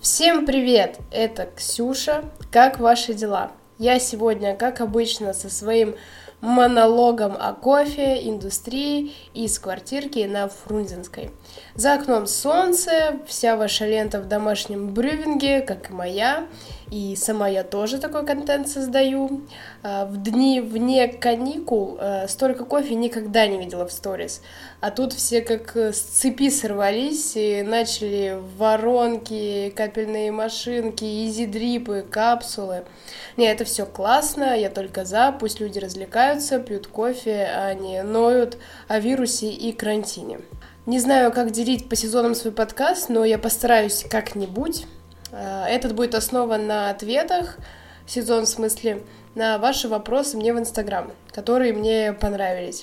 Всем привет! Это Ксюша. Как ваши дела? Я сегодня, как обычно, со своим монологом о кофе, индустрии из квартирки на Фрунзенской. За окном солнце, вся ваша лента в домашнем брювинге, как и моя. И сама я тоже такой контент создаю. В дни вне каникул столько кофе никогда не видела в сторис. А тут все как с цепи сорвались и начали воронки, капельные машинки, изидрипы, капсулы. Не, это все классно, я только за, пусть люди развлекаются, пьют кофе, а не ноют о вирусе и карантине. Не знаю, как делить по сезонам свой подкаст, но я постараюсь как-нибудь. Этот будет основан на ответах, сезон в смысле, на ваши вопросы мне в Инстаграм, которые мне понравились.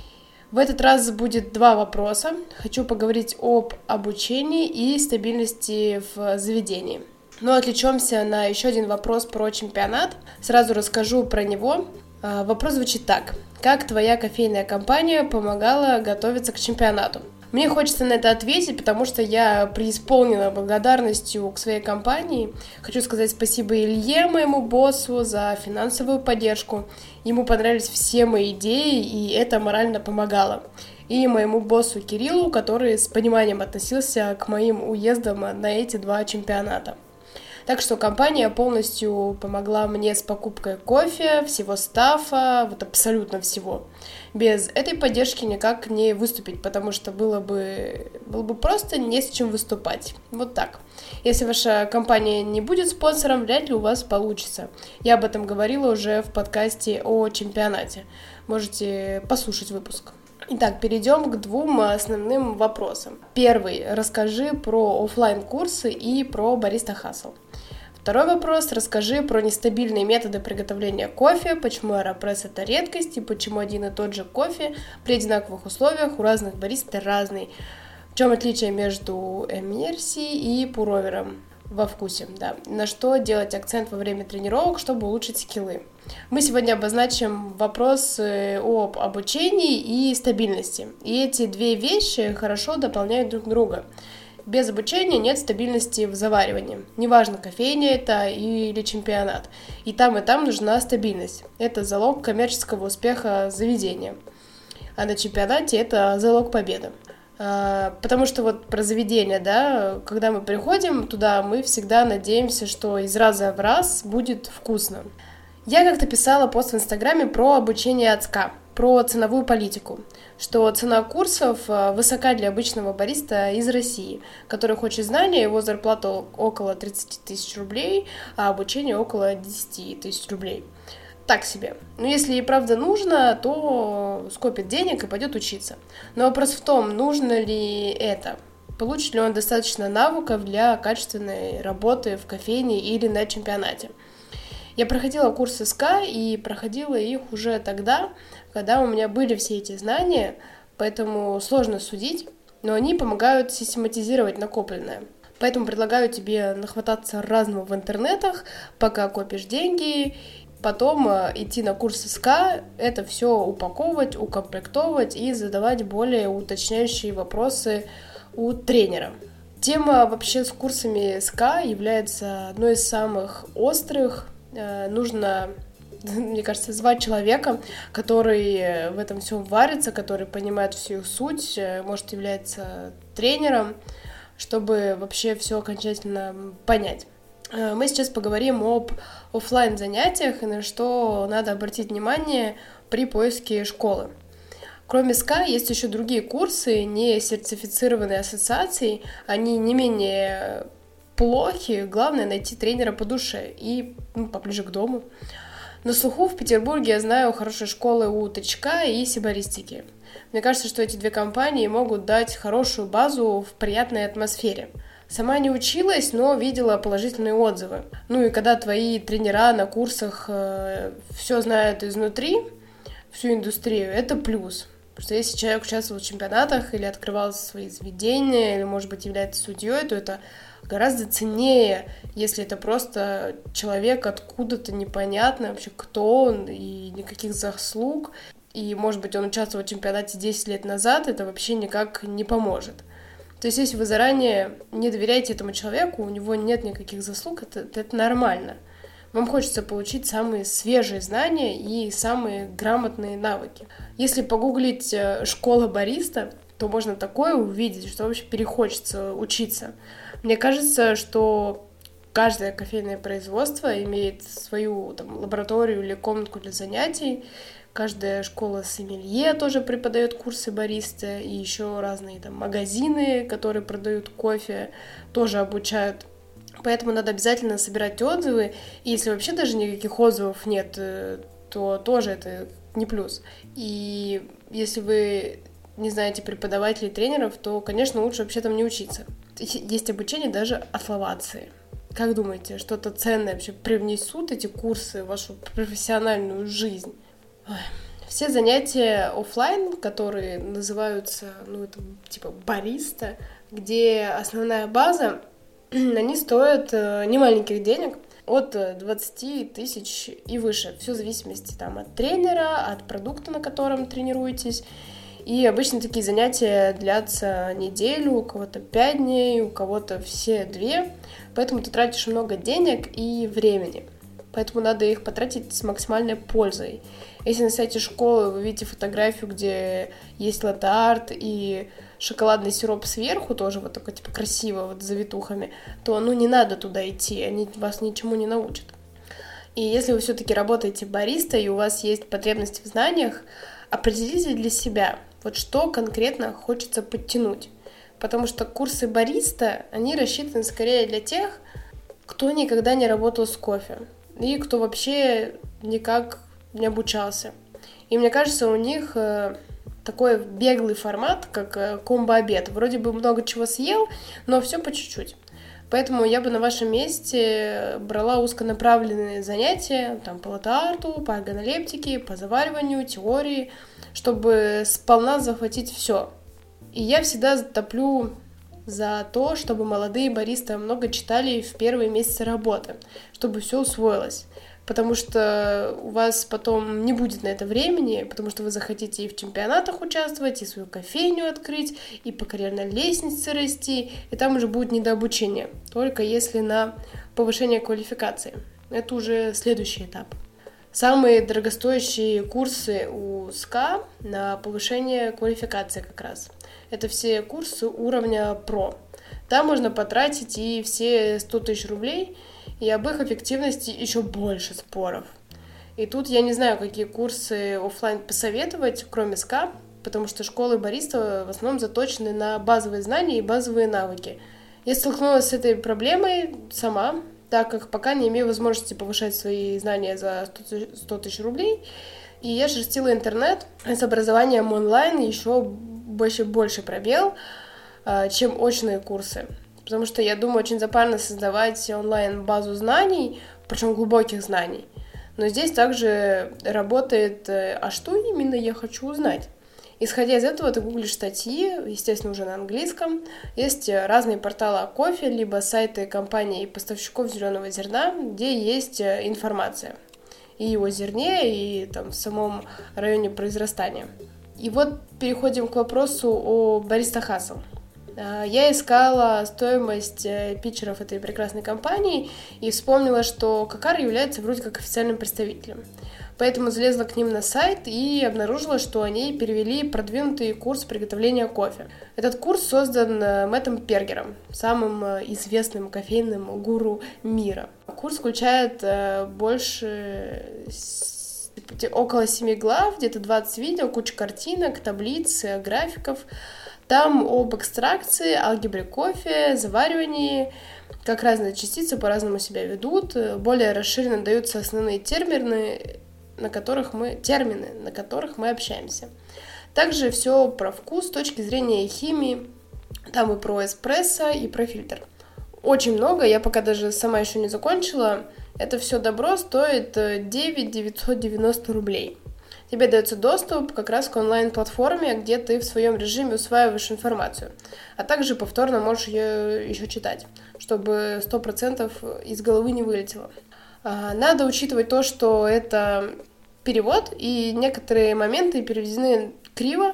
В этот раз будет 2 вопроса. Хочу поговорить об обучении и стабильности в заведении. Но отвлечемся на еще один вопрос про чемпионат. Сразу расскажу про него. Вопрос звучит так. Как твоя кофейная компания помогала готовиться к чемпионату? Мне хочется на это ответить, потому что я преисполнена благодарностью к своей компании. Хочу сказать спасибо Илье, моему боссу, за финансовую поддержку. Ему понравились все мои идеи, и это морально помогало. И моему боссу Кириллу, который с пониманием относился к моим уездам на эти 2 чемпионата. Так что компания полностью помогла мне с покупкой кофе, всего стафа, вот абсолютно всего. Без этой поддержки никак не выступить, потому что было бы просто не с чем выступать. Вот так. Если ваша компания не будет спонсором, вряд ли у вас получится. Я об этом говорила уже в подкасте о чемпионате. Можете послушать выпуск. Итак, перейдем к 2 основным вопросам. Первый. Расскажи про офлайн-курсы и про Barista Hustle. Второй вопрос. Расскажи про нестабильные методы приготовления кофе, почему аэропресс это редкость и почему один и тот же кофе при одинаковых условиях у разных бариста разный. В чем отличие между эмерсией и пуровером во вкусе, да. На что делать акцент во время тренировок, чтобы улучшить скиллы. Мы сегодня обозначим вопрос об обучении и стабильности. И эти 2 вещи хорошо дополняют друг друга. Без обучения нет стабильности в заваривании. Неважно, кофейня это или чемпионат. И там нужна стабильность. Это залог коммерческого успеха заведения. А на чемпионате это залог победы. Потому что вот про заведение, да, когда мы приходим туда, мы всегда надеемся, что из раза в раз будет вкусно. Я как-то писала пост в Инстаграме про обучение от СКА, про ценовую политику, что цена курсов высока для обычного бариста из России, который хочет знания, его зарплата около 30 тысяч рублей, а обучение около 10 тысяч рублей. Так себе. Но если ей правда нужно, то скопит денег и пойдет учиться. Но вопрос в том, нужно ли это. Получит ли он достаточно навыков для качественной работы в кофейне или на чемпионате. Я проходила курсы СКА и проходила их уже тогда, когда у меня были все эти знания, поэтому сложно судить, но они помогают систематизировать накопленное. Поэтому предлагаю тебе нахвататься разного в интернетах, пока копишь деньги, потом идти на курсы СКА, это все упаковывать, укомплектовывать и задавать более уточняющие вопросы у тренера. Тема вообще с курсами СКА является одной из самых острых. Нужно, мне кажется, звать человека, который в этом всем варится, который понимает всю их суть, может являться тренером, чтобы вообще все окончательно понять. Мы сейчас поговорим об офлайн занятиях и на что надо обратить внимание при поиске школы. Кроме СКА есть еще другие курсы, не сертифицированные ассоциацией, они не менее плохи, главное найти тренера по душе и поближе к дому. На слуху в Петербурге я знаю хорошие школы у ТЧК и Сибаристики. Мне кажется, что эти 2 компании могут дать хорошую базу в приятной атмосфере. Сама не училась, но видела положительные отзывы. Ну и когда твои тренера на курсах все знают изнутри, всю индустрию, это плюс. Потому что если человек участвовал в чемпионатах или открывал свои заведения, или, может быть, является судьей, то это гораздо ценнее, если это просто человек откуда-то непонятно вообще, кто он, и никаких заслуг. И, может быть, он участвовал в чемпионате 10 лет назад, это вообще никак не поможет. То есть, если вы заранее не доверяете этому человеку, у него нет никаких заслуг, это нормально. Вам хочется получить самые свежие знания и самые грамотные навыки. Если погуглить «школа бариста», то можно такое увидеть, что вообще перехочется учиться. Мне кажется, что каждое кофейное производство имеет свою лабораторию или комнатку для занятий. Каждая школа сомелье тоже преподает курсы бариста, и еще разные магазины, которые продают кофе, тоже обучают. Поэтому надо обязательно собирать отзывы, и если вообще даже никаких отзывов нет, то тоже это не плюс. И если вы не знаете преподавателей, тренеров, то, конечно, лучше вообще там не учиться. Есть обучение даже от Ловации. Как думаете, что-то ценное вообще привнесут эти курсы в вашу профессиональную жизнь? Все занятия офлайн, которые называются, бариста, где основная база, они стоят немаленьких денег, от 20 тысяч и выше. Все в зависимости от тренера, от продукта, на котором тренируетесь. И обычно такие занятия длятся неделю, у кого-то 5 дней, у кого-то все 2. Поэтому ты тратишь много денег и времени. Поэтому надо их потратить с максимальной пользой. Если на сайте школы вы видите фотографию, где есть латте-арт и шоколадный сироп сверху, тоже такой красиво, с завитухами, то не надо туда идти, они вас ничему не научат. И если вы все-таки работаете бариста и у вас есть потребность в знаниях, определите для себя, что конкретно хочется подтянуть. Потому что курсы бариста, они рассчитаны скорее для тех, кто никогда не работал с кофе и кто вообще никак не обучался. И мне кажется, у них такой беглый формат, как комбо-обед. Вроде бы много чего съел, но все по чуть-чуть. Поэтому я бы на вашем месте брала узконаправленные занятия по латте-арту, по органолептике, по завариванию, теории, чтобы сполна захватить все. И я всегда топлю за то, чтобы молодые баристы много читали в первые месяцы работы, чтобы все усвоилось. Потому что у вас потом не будет на это времени, потому что вы захотите и в чемпионатах участвовать, и свою кофейню открыть, и по карьерной лестнице расти, и там уже будет не до обучения, только если на повышение квалификации. Это уже следующий этап. Самые дорогостоящие курсы у СКА на повышение квалификации как раз. Это все курсы уровня ПРО. Там можно потратить и все 100 тысяч рублей, и об их эффективности еще больше споров. И тут я не знаю, какие курсы офлайн посоветовать, кроме СКА, потому что школы бариста в основном заточены на базовые знания и базовые навыки. Я столкнулась с этой проблемой сама, так как пока не имею возможности повышать свои знания за 100 тысяч рублей. И я шерстила интернет с образованием онлайн, еще больше пробел, чем очные курсы. Потому что, я думаю, очень запарно создавать онлайн-базу знаний, причем глубоких знаний. Но здесь также работает, а что именно я хочу узнать. Исходя из этого, ты гуглишь статьи, естественно, уже на английском. Есть разные порталы о кофе, либо сайты компаний и поставщиков зеленого зерна, где есть информация и о зерне, и в самом районе произрастания. И переходим к вопросу о Barista Hustle. Я искала стоимость питчеров этой прекрасной компании и вспомнила, что Какар является вроде как официальным представителем. Поэтому залезла к ним на сайт и обнаружила, что они перевели продвинутый курс приготовления кофе. Этот курс создан Мэттом Пергером, самым известным кофейным гуру мира. Курс включает около 7 глав, где-то 20 видео, куча картинок, таблиц, графиков. Там об экстракции, алгебре кофе, заваривании, как разные частицы по-разному себя ведут. Более расширенно даются основные термины, на которых мы общаемся. Также все про вкус с точки зрения химии. Там и про эспрессо, и про фильтр. Очень много, я пока даже сама еще не закончила. Это все добро стоит 9 990 рублей. Тебе дается доступ как раз к онлайн-платформе, где ты в своем режиме усваиваешь информацию. А также повторно можешь ее еще читать, чтобы 100% из головы не вылетело. Надо учитывать то, что это перевод, и некоторые моменты переведены криво,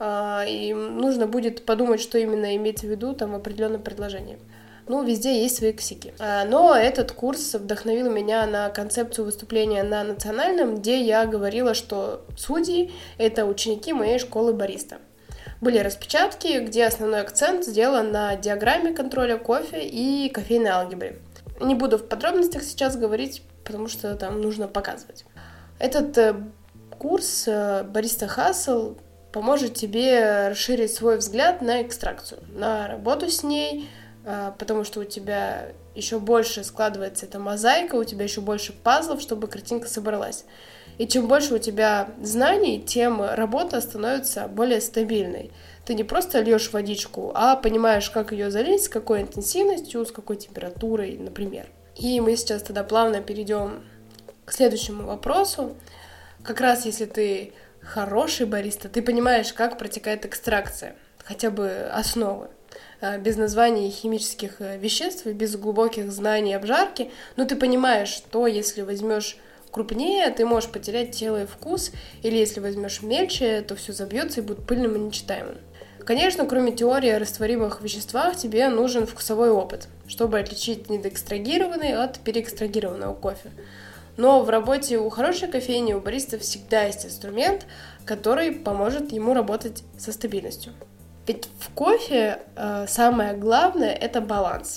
и нужно будет подумать, что именно имеется в виду там в определенном предложении. Везде есть свои косяки. Но этот курс вдохновил меня на концепцию выступления на национальном, где я говорила, что судьи — это ученики моей школы бариста. Были распечатки, где основной акцент сделан на диаграмме контроля кофе и кофейной алгебре. Не буду в подробностях сейчас говорить, потому что там нужно показывать. Этот курс Barista Hustle поможет тебе расширить свой взгляд на экстракцию, на работу с ней, потому что у тебя еще больше складывается эта мозаика, у тебя еще больше пазлов, чтобы картинка собралась. И чем больше у тебя знаний, тем работа становится более стабильной. Ты не просто льешь водичку, а понимаешь, как ее залить, с какой интенсивностью, с какой температурой, например. И мы сейчас тогда плавно перейдем к следующему вопросу. Как раз если ты хороший бариста, ты понимаешь, как протекает экстракция, хотя бы основы. Без названий химических веществ и без глубоких знаний обжарки, но ты понимаешь, что если возьмешь крупнее, ты можешь потерять тело и вкус, или если возьмешь мельче, то все забьется и будет пыльным и нечитаемым. Конечно, кроме теории о растворимых веществах, тебе нужен вкусовой опыт, чтобы отличить недоэкстрагированный от переэкстрагированного кофе. Но в работе у хорошей кофейни у бариста всегда есть инструмент, который поможет ему работать со стабильностью. Ведь в кофе самое главное — это баланс.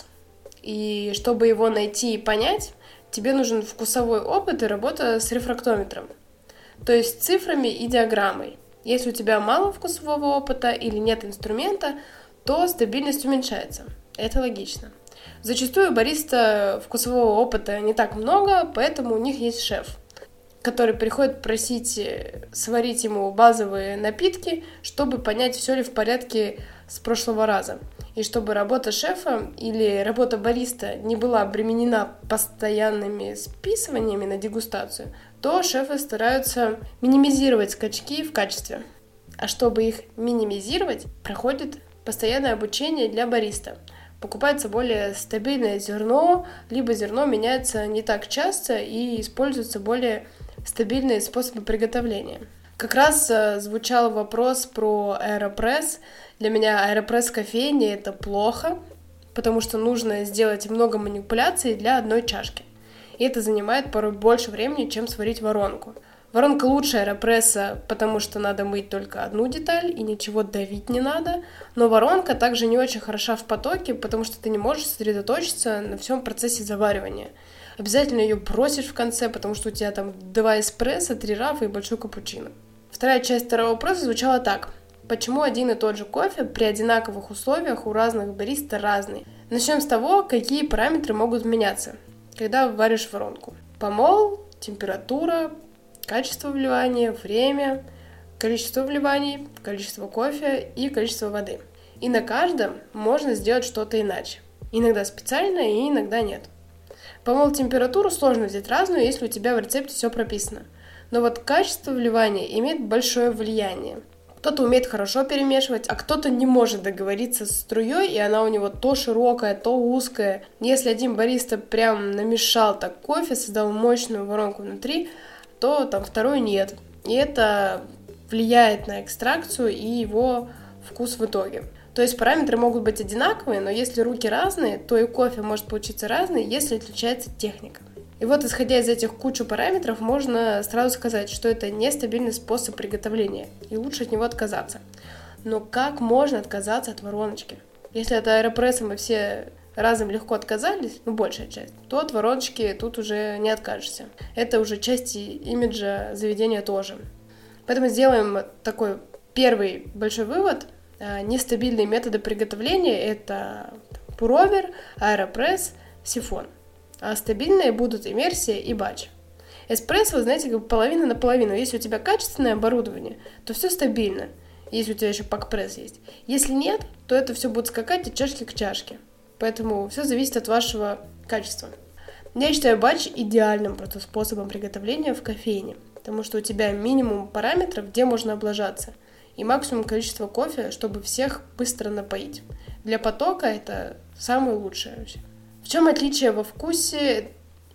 И чтобы его найти и понять, тебе нужен вкусовой опыт и работа с рефрактометром, то есть цифрами и диаграммой. Если у тебя мало вкусового опыта или нет инструмента, то стабильность уменьшается. Это логично. Зачастую у бариста вкусового опыта не так много, поэтому у них есть шеф, который приходит просить сварить ему базовые напитки, чтобы понять, все ли в порядке с прошлого раза. И чтобы работа шефа или работа бариста не была обременена постоянными списываниями на дегустацию, то шефы стараются минимизировать скачки в качестве. А чтобы их минимизировать, проходит постоянное обучение для бариста. Покупается более стабильное зерно, либо зерно меняется не так часто и используются более стабильные способы приготовления. Как раз звучал вопрос про аэропресс. Для меня аэропресс в кофейне — это плохо, потому что нужно сделать много манипуляций для одной чашки. И это занимает порой больше времени, чем сварить воронку. Воронка лучше аэропресса, потому что надо мыть только одну деталь и ничего давить не надо. Но воронка также не очень хороша в потоке, потому что ты не можешь сосредоточиться на всем процессе заваривания. Обязательно ее бросишь в конце, потому что у тебя там 2 эспрессо, 3 рафа и большой капучино. Вторая часть второго вопроса звучала так. Почему один и тот же кофе при одинаковых условиях у разных бариста разный? Начнем с того, какие параметры могут меняться, когда варишь воронку. Помол, температура, качество вливания, время, количество вливаний, количество кофе и количество воды. И на каждом можно сделать что-то иначе. Иногда специально и иногда нет. Помол, температуру сложно взять разную, если у тебя в рецепте все прописано. Но вот качество вливания имеет большое влияние. Кто-то умеет хорошо перемешивать, а кто-то не может договориться с струей, и она у него то широкая, то узкая. Если один бариста прям намешал так кофе, создал мощную воронку внутри, то там второй нет. И это влияет на экстракцию и его вкус в итоге. То есть параметры могут быть одинаковые, но если руки разные, то и кофе может получиться разный, если отличается техника. И вот, исходя из этих кучу параметров, можно сразу сказать, что это нестабильный способ приготовления, и лучше от него отказаться. Но как можно отказаться от вороночки? Если от аэропресса мы все разом легко отказались, большая часть, то от вороночки тут уже не откажешься. Это уже часть имиджа заведения тоже. Поэтому сделаем такой первый большой вывод. Нестабильные методы приготовления — это пуровер, аэропресс, сифон. А стабильные будут иммерсия и батч. Эспрессо, знаете, как половина на половину. Если у тебя качественное оборудование, то все стабильно. Если у тебя еще пак-пресс есть. Если нет, то это все будет скакать от чашки к чашке. Поэтому все зависит от вашего качества. Я считаю батч идеальным просто способом приготовления в кофейне. Потому что у тебя минимум параметров, где можно облажаться. И максимум количества кофе, чтобы всех быстро напоить. Для потока это самое лучшее вообще. В чем отличие во вкусе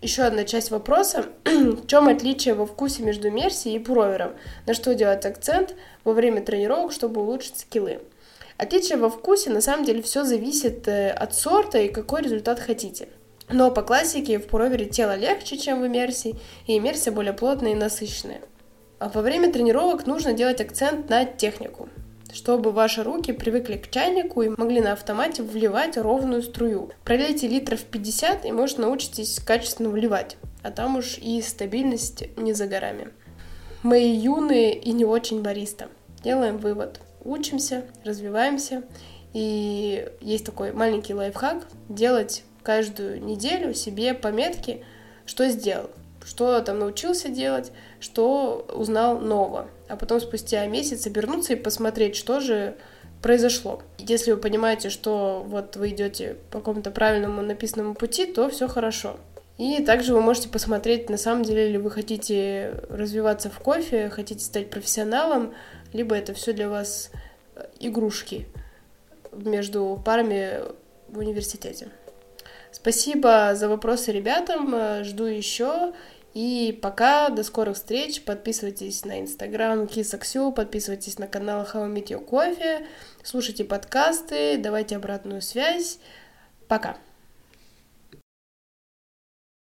Еще одна часть вопроса. В чем отличие во вкусе между Мерси и пуловером? На что делать акцент во время тренировок, чтобы улучшить скиллы? Отличие во вкусе, на самом деле, все зависит от сорта и какой результат хотите. Но по классике в пуловере тело легче, чем в иммерсии, и иммерсия более плотная и насыщенная. А во время тренировок нужно делать акцент на технику, чтобы ваши руки привыкли к чайнику и могли на автомате вливать ровную струю. Пролейте литров 50 и, может, научитесь качественно вливать, а там уж и стабильность не за горами. Мы юные и не очень бариста. Делаем вывод. Учимся, развиваемся. И есть такой маленький лайфхак – делать каждую неделю себе пометки, что сделал, что там научился делать, что узнал нового. А потом спустя месяц обернуться и посмотреть, что же произошло. Если вы понимаете, что вот вы идете по какому-то правильному написанному пути, то все хорошо. И также вы можете посмотреть, на самом деле ли вы хотите развиваться в кофе, хотите стать профессионалом, либо это все для вас игрушки между парами в университете. Спасибо за вопросы ребятам, жду еще. И пока, до скорых встреч, подписывайтесь на инстаграм Кисаксю, подписывайтесь на канал How I Met Your Coffee, слушайте подкасты, давайте обратную связь. Пока!